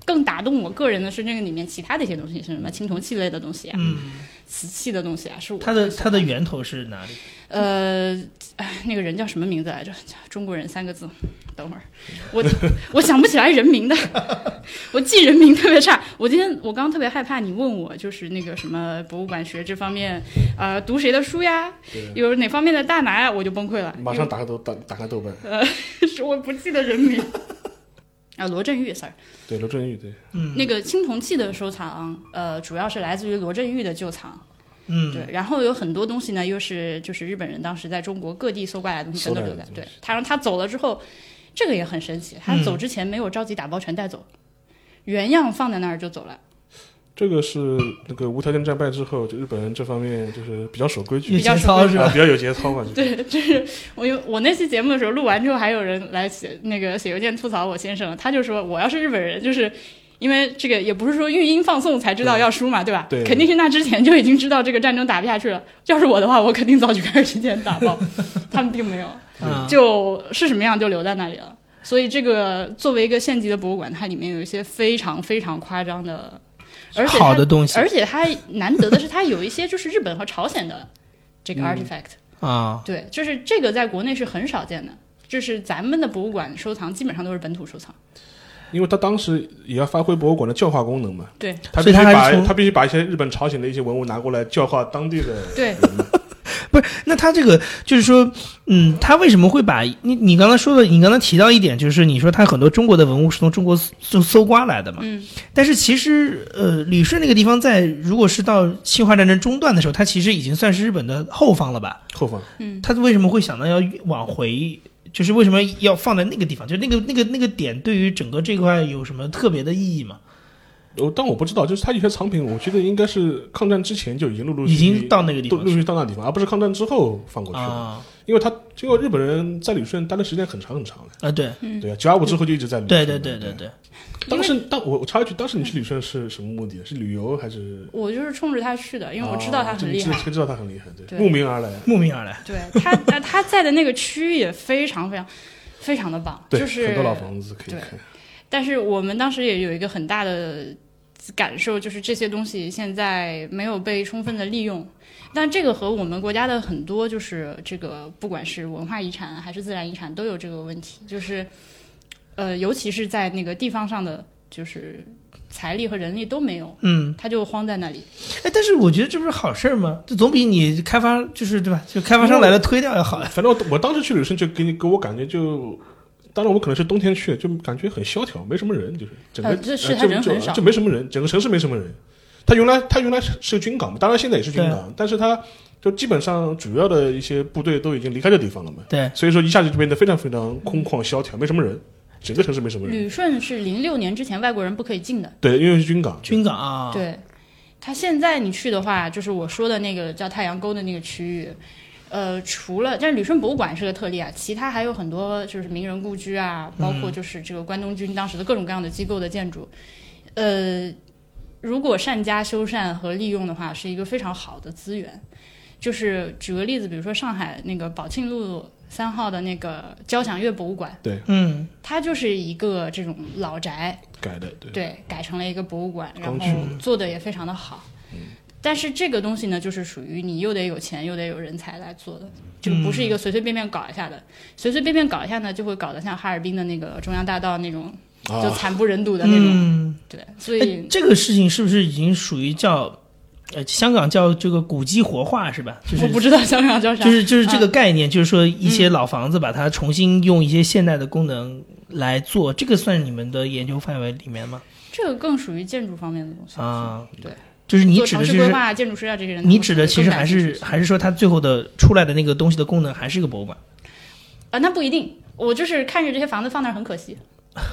更打动我个人的是这个里面其他的一些东西，是什么青铜器类的东西啊， 嗯， 瓷器的东西啊，是我它的它的源头是哪里？ 呃，哎，那个人叫什么名字来着？中国人三个字。等会儿，我我想不起来人名的，我记人名特别差。我今天我刚刚特别害怕你问我，就是那个什么博物馆学这方面，呃，读谁的书呀？有哪方面的大拿呀？我就崩溃了。 马上打开豆打打开豆瓣。 呃，是我不记得人名。啊，罗振玉 ，sorry。 对，罗振玉，对。 嗯。那个青铜器的收藏，呃，主要是来自于罗振玉的旧藏。 嗯， 对，然后有很多东西呢，又是就是日本人当时在中国各地搜刮来的东西全都留在。对，他让他走了之后，这个也很神奇，他走之前没有着急打包全带走，嗯、原样放在那儿就走了。 这个是那个无条件战败之后，就日本人这方面就是比较守规矩， 有节操是吧？ 比较有节操嘛。 对，就是我有我那期节目的时候录完之后，还有人来写那个写邮件吐槽我先生，他就说我要是日本人，就是。因为这个也不是说语音放送才知道要输嘛， 对, 对吧？ 对， 肯定是那之前就已经知道这个战争打不下去了。要是我的话，我肯定早就开始提前打包，他们并没有，就是什么样就留在那里了。所以这个作为一个县级的博物馆，它里面有一些非常非常夸张的，而且好的东西， 而且它难得的是，它有一些就是日本和朝鲜的这个 artifact、 嗯、啊， 对，就是这个在国内是很少见的，就是咱们的博物馆收藏基本上都是本土收藏。 因为他当时也要发挥博物馆的教化功能嘛， 对， 他必须把他必须把一些日本、朝鲜的一些文物拿过来教化当地的人。 对， 不是，那他这个就是说，嗯，他为什么会把你你刚才说的，你刚才提到一点，就是你说他很多中国的文物是从中国搜搜刮来的嘛， 嗯， 但是其实呃，旅顺那个地方在如果是到侵华战争中段的时候，它其实已经算是日本的后方了吧？ 后方， 嗯， 他为什么会想到要往回？就是为什么要放在那个地方？就那个那个那个点，对于整个这块有什么特别的意义吗？ 哦，但我不知道，就是它有些藏品，我觉得应该是抗战之前就已经陆陆续续已经到那个地方， 陆续到那地方，而不是抗战之后放过去的。啊、因为他因为日本人在旅顺待的时间很长很长了啊，对， 对啊，九二五之后就一直在旅顺。 对对对对对。 当时当我我插一句，当时你去旅顺是什么目的？是旅游还是？ 我就是冲着他去的，因为我知道他很厉害， 哦、知道他很厉害，对，慕名而来， 慕名而来。 对他他在的那个区域也非常非常。非常的棒，就是很多老房子可以看。 但是我们当时也有一个很大的感受，就是这些东西现在没有被充分的利用。但这个和我们国家的很多就是这个不管是文化遗产还是自然遗产都有这个问题，就是呃，尤其是在那个地方上的，就是财力和人力都没有， 嗯， 它就荒在那里。 哎，但是我觉得这不是好事吗？这总比你开发就是对吧？就开发商来了推掉要好。 反正我我当时去旅顺就给你给我感觉就，当然我可能是冬天去，就感觉很萧条，没什么人，就是整个、 呃、这是他人很少， 就没什么人，整个城市没什么人。他原来他原来是个军港嘛，当然现在也是军港，但是他就基本上主要的一些部队都已经离开这地方了嘛。 对， 所以说一下子就变得非常非常空旷萧条，没什么人。整个城市没什么人。 旅顺是零六年之前外国人不可以进的， 对，因为是军港。 军港啊， 对。他现在你去的话，就是我说的那个叫太阳沟的那个区域，呃，除了但是旅顺博物馆是个特例啊，其他还有很多就是名人故居啊，包括就是这个关东军当时的各种各样的机构的建筑，呃，如果善加修缮和利用的话，是一个非常好的资源。就是举个例子，比如说上海那个宝庆路三号的那个交响乐博物馆， 对， 嗯， 它就是一个这种老宅改的，对， 对，改成了一个博物馆，然后做的也非常的好。嗯，但是这个东西呢，就是属于你又得有钱又得有人才来做的，这个不是一个随随便便搞一下的，嗯、随随便便搞一下呢，就会搞得像哈尔滨的那个中央大道那种， 啊、 就惨不忍睹的那种。 嗯、 对，所以这个事情是不是已经属于叫？呃，香港叫这个古迹活化是吧？就是、 我不知道香港叫啥， 就是就是这个概念，啊、就是说一些老房子把它重新用一些现代的功能来做，嗯、这个算你们的研究范围里面吗？ 这个更属于建筑方面的东西啊。 对， 就是你指的就是规划、建筑师啊这些人， 你指的其实还是还是说它最后的出来的那个东西的功能还是一个博物馆啊？那不一定，我就是看着这些房子放那儿很可惜，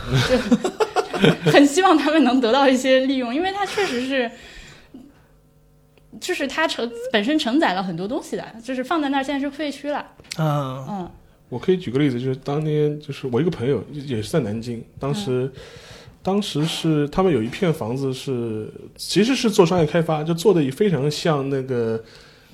很希望他们能得到一些利用，因为它确实是。就是它承本身承载了很多东西的，就是放在那儿现在是废墟了。 嗯嗯， 我可以举个例子，就是当年就是我一个朋友也是在南京，当时、嗯、当时是他们有一片房子是其实是做商业开发，就做的也非常像那个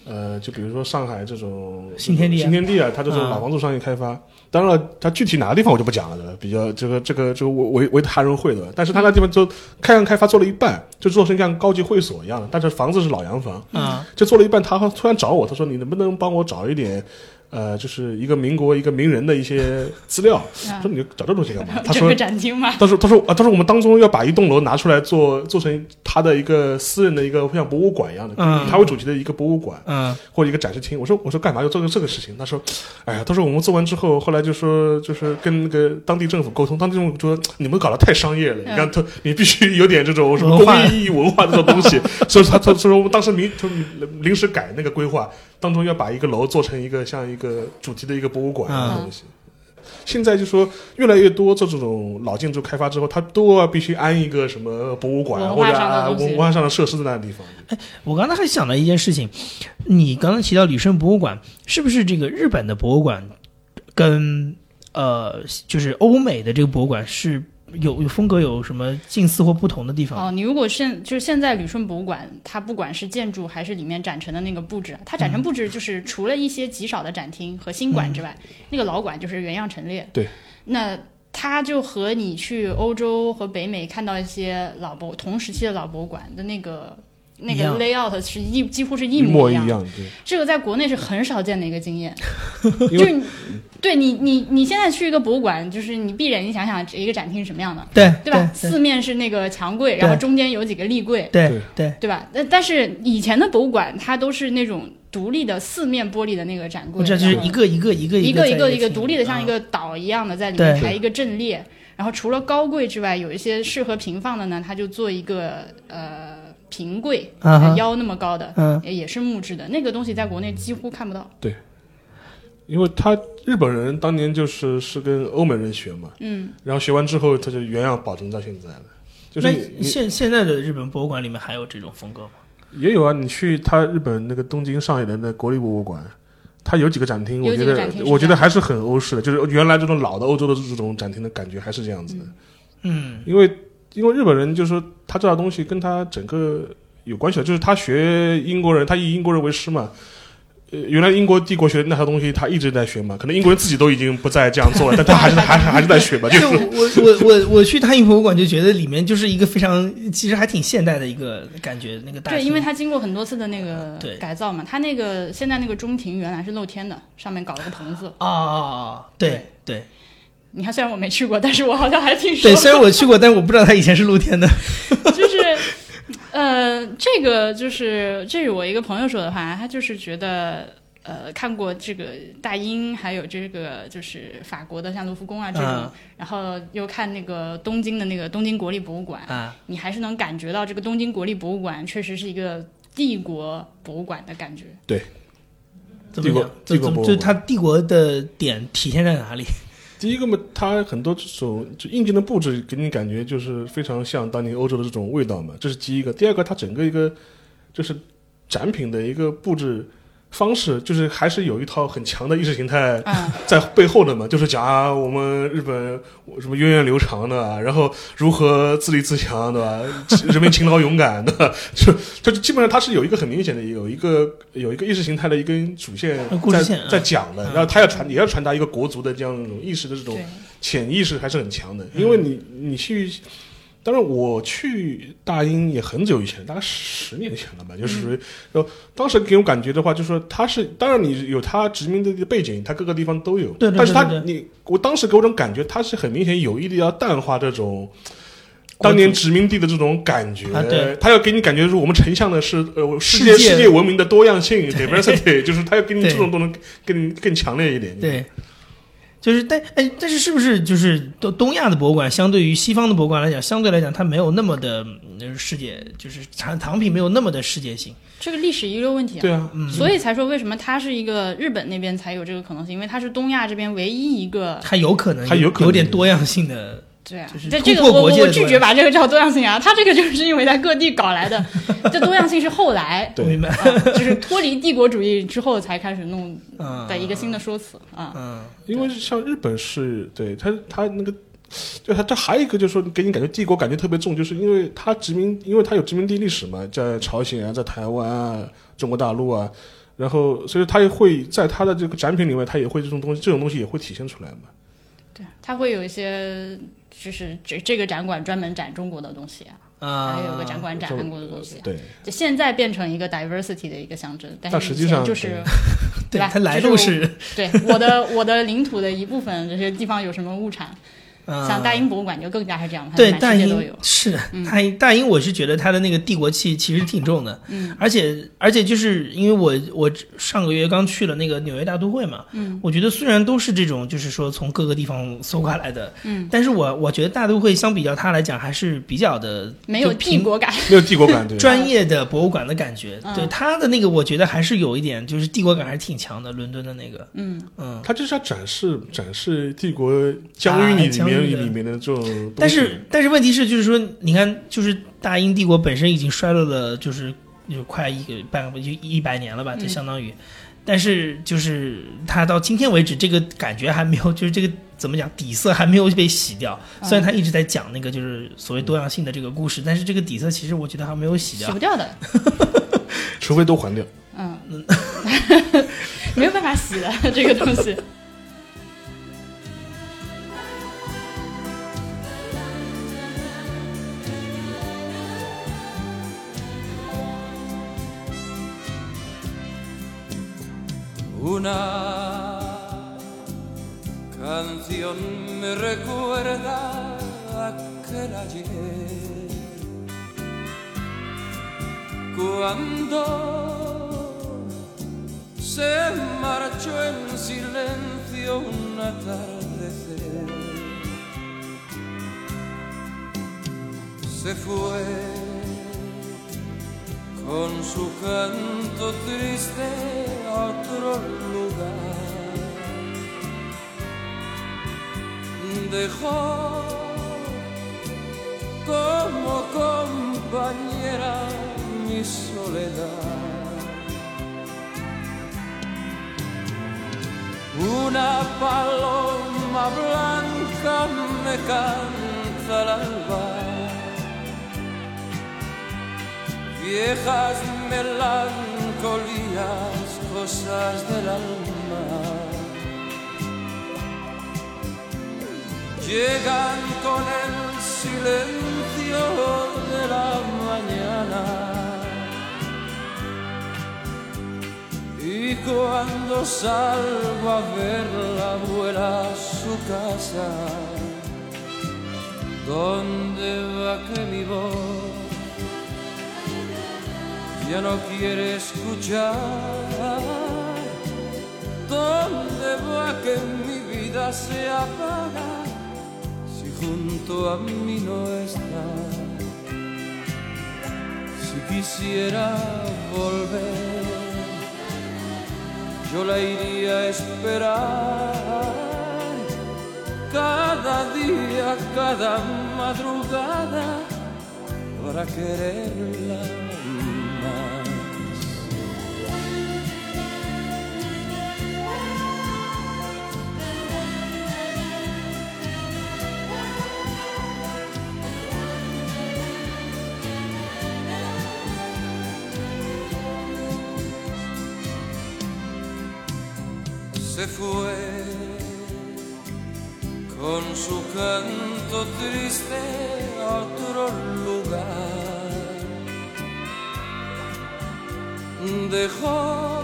呃，就比如说上海这种新天地、啊、 新天地啊，它这种老房子商业开发，嗯、当然了，它具体哪个地方我就不讲了，对吧？比较这个这个这个为为他人会的，但是它那地方就开案开发做了一半，就做成像高级会所一样的，但是房子是老洋房， 嗯， 就做了一半，他突然找我，他说你能不能帮我找一点。呃，就是一个民国一个名人的一些资料， 啊、 说你找这东西干嘛？他说整个展厅嘛。 他说他说啊，他说我们当中要把一栋楼拿出来做做成他的一个私人的一个像博物馆一样的， 嗯、 以他为主题的一个博物馆， 嗯， 或者一个展示厅。我说我说干嘛要做这个事情？他说，哎呀，他说我们做完之后，后来就说就是跟那个当地政府沟通，当地政府说你们搞得太商业了，你看他你必须有点这种什么公益文化这种东西，所以他他说我们当时临就临时改那个规划。当中要把一个楼做成一个像一个主题的一个博物馆的东西。嗯、现在就说越来越多做这种老建筑开发之后，它都要必须安一个什么博物馆啊或者啊文化上的设施在那个地方。 哎，我刚才还想了一件事情，你刚才提到旅顺博物馆，是不是这个日本的博物馆跟呃就是欧美的这个博物馆是？有有风格有什么近似或不同的地方？ 哦，你如果现就是现在旅顺博物馆，它不管是建筑还是里面展陈的那个布置，它展陈布置就是除了一些极少的展厅和新馆之外，嗯、那个老馆就是原样陈列。 对， 那它就和你去欧洲和北美看到一些老博同时期的老博物馆的那个那个 layout 是一几乎是一模一样。一模一样，对。 这个在国内是很少见的一个经验，就是对你你你现在去一个博物馆，就是你闭眼睛想想一个展厅是什么样的， 对对吧？对四面是那个墙柜，然后中间有几个立柜， 对对对吧？但但是以前的博物馆它都是那种独立的四面玻璃的那个展柜， 我知道就是一个一个一个一个一个一个独立的，像一个岛一样的在里面排一个阵列。然后除了高柜之外，有一些适合平放的呢，它就做一个呃平柜， 啊、 腰那么高的， 嗯， 也是木质的。那个东西在国内几乎看不到。 对。因为他日本人当年就是是跟欧美人学嘛， 嗯， 然后学完之后他就原样保存到现在了。就是那现现在的日本博物馆里面还有这种风格吗？ 也有啊，你去他日本那个东京上野的那国立博物馆，它有几个展厅，我觉得我觉得还是很欧式的，就是原来这种老的欧洲的这种展厅的感觉还是这样子的。 嗯， 因为因为日本人就是说他这套东西跟他整个有关系的，就是他学英国人，他以英国人为师嘛。呃，原来英国帝国学的那套东西，他一直在学嘛。可能英国人自己都已经不再这样做了，但他还是还是还是在学嘛。就是我我我我去大英博物馆就觉得里面就是一个非常其实还挺现代的一个感觉，那个大厅。 对，因为它经过很多次的那个改造嘛，它那个现在那个中庭原来是露天的，上面搞了个棚子。 啊啊！对对。 你看，虽然我没去过，但是我好像还挺熟。 对，虽然我去过，但是我不知道它以前是露天的。 就是。呃，这个就是这是我一个朋友说的话，他就是觉得呃看过这个大英，还有这个就是法国的像卢浮宫啊这种， 嗯、 然后又看那个东京的那个东京国立博物馆， 啊、 你还是能感觉到这个东京国立博物馆确实是一个帝国博物馆的感觉。 对， 帝国帝国博物馆，就它帝国的点体现在哪里？ 第一个嘛，它很多这种就硬件的布置给你感觉就是非常像当年欧洲的这种味道嘛，这是第一个。第二个，它整个一个就是展品的一个布置方式，就是还是有一套很强的意识形态在背后的嘛，嗯、就是讲啊，我们日本什么源远流长的、啊，然后如何自立自强，对吧？人民勤劳勇敢的，就就基本上它是有一个很明显的有一个有一个意识形态的一根主线在线在讲的，然后它要传也要传达一个国族的这样一种意识的这种潜意识还是很强的，因为你你去。当然，我去大英也很久以前，大概十年前了吧，就是属于，嗯、当时给我感觉的话，就是说它是，当然你有它殖民的背景，它各个地方都有， 对对对对， 但是它你，我当时给我这种感觉，它是很明显有意的要淡化这种当年殖民地的这种感觉， 啊、对， 它要给你感觉是我们呈现的是呃世界世界文明的多样性 diversity， 就是它要给你这种都能更更强烈一点， 对。就是但哎，但是是不是就是东东亚的博物馆相对于西方的博物馆来讲，相对来讲它没有那么的世界，就是藏藏品没有那么的世界性。 这个历史遗留问题啊， 对啊， 嗯， 所以才说为什么它是一个日本那边才有这个可能性，因为它是东亚这边唯一一个它有可能它有可能有点多样性的。 对啊， 就是这个我我拒绝把这个叫多样性啊，它这个就是因为在各地搞来的，这多样性是后来， 对，明白、 啊，就是脱离帝国主义之后才开始弄的一个新的说辞啊。 嗯， 因为像日本是对它它那个，就它这还有一个就是说给你感觉帝国感觉特别重，就是因为它殖民，因为它有殖民地历史嘛，在朝鲜啊，在台湾啊，中国大陆啊。 然后所以他也会在他的这个展品里面，他也会这种东西，这种东西也会体现出来嘛。 对，他会有一些，就是这这个展馆专门展中国的东西啊， 啊， 还有个展馆展韩国的东西、啊， 对， 就现在变成一个 diversity 的一个象征，但是实际上就是对吧？ 它来路是， 就是、对我的我的领土的一部分，这些地方有什么物产。 啊、 像大英博物馆就更加是这样， 对， 它大满世界都有。 英是大英、嗯，大英我是觉得它的那个帝国气其实挺重的，嗯，而且而且就是因为我我上个月刚去了那个纽约大都会嘛，嗯，我觉得虽然都是这种就是说从各个地方搜过来的，嗯，但是我我觉得大都会相比较它来讲还是比较的没有帝国感， 没有帝国感，对， 专业的博物馆的感觉， 嗯、 对它的那个我觉得还是有一点就是帝国感还是挺强的，伦敦的那个，嗯嗯， 它就是要展示展示帝国疆域里面、啊、里面的这种。 但是但是问题是，就是说，你看，就是大英帝国本身已经衰落了，就是就快一个半个就一百年了吧，就相当于。嗯、但是就是它到今天为止，这个感觉还没有，就是这个怎么讲，底色还没有被洗掉。虽然他一直在讲那个就是所谓多样性的这个故事，但是这个底色其实我觉得还没有洗掉， 洗不掉的， 除非都还掉。 嗯，没有办法洗的这个东西。 Una canción me recuerda aquel ayer cuando se marchó en silencio un atardecer, se fue con su canto triste a otro lugar, dejó como compañera mi soledad. Una paloma blanca me canta al alba, viejas melancolías, cosas del alma, llegan con el silencio de la mañana, y cuando salgo a verla vuela a su casa, ¿dónde va que mi voz ya no quiere escuchar? ¿Dónde va que mi vida se apaga si junto a mí no está? Si quisiera volver, yo la iría a esperar cada día, cada madrugada para quererla más. Se fue con su canto triste a otro lugar, dejó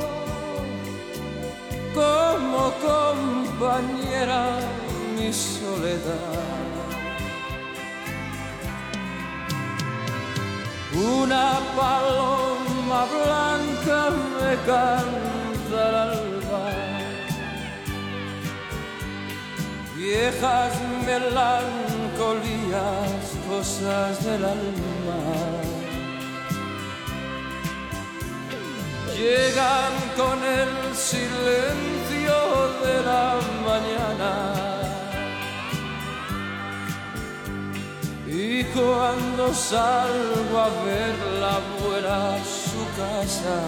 como compañera mi soledad. Una paloma blanca me canta al alba, viejas melancolías, cosas del alma, llegan con el silencio de la mañana, y cuando salgo a verla vuela a su casa,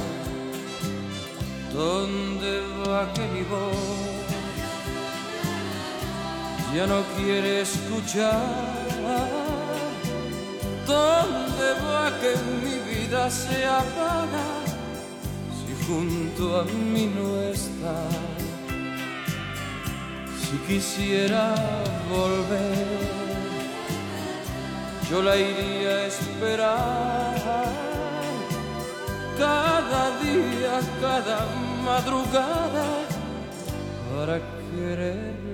¿dónde va que mi voz ya no quiere escuchar? ¿Dónde va que mi vida se apaga si junto a mí no está. Si quisiera volver, yo la iría a esperar. Cada día, cada madrugada, para querer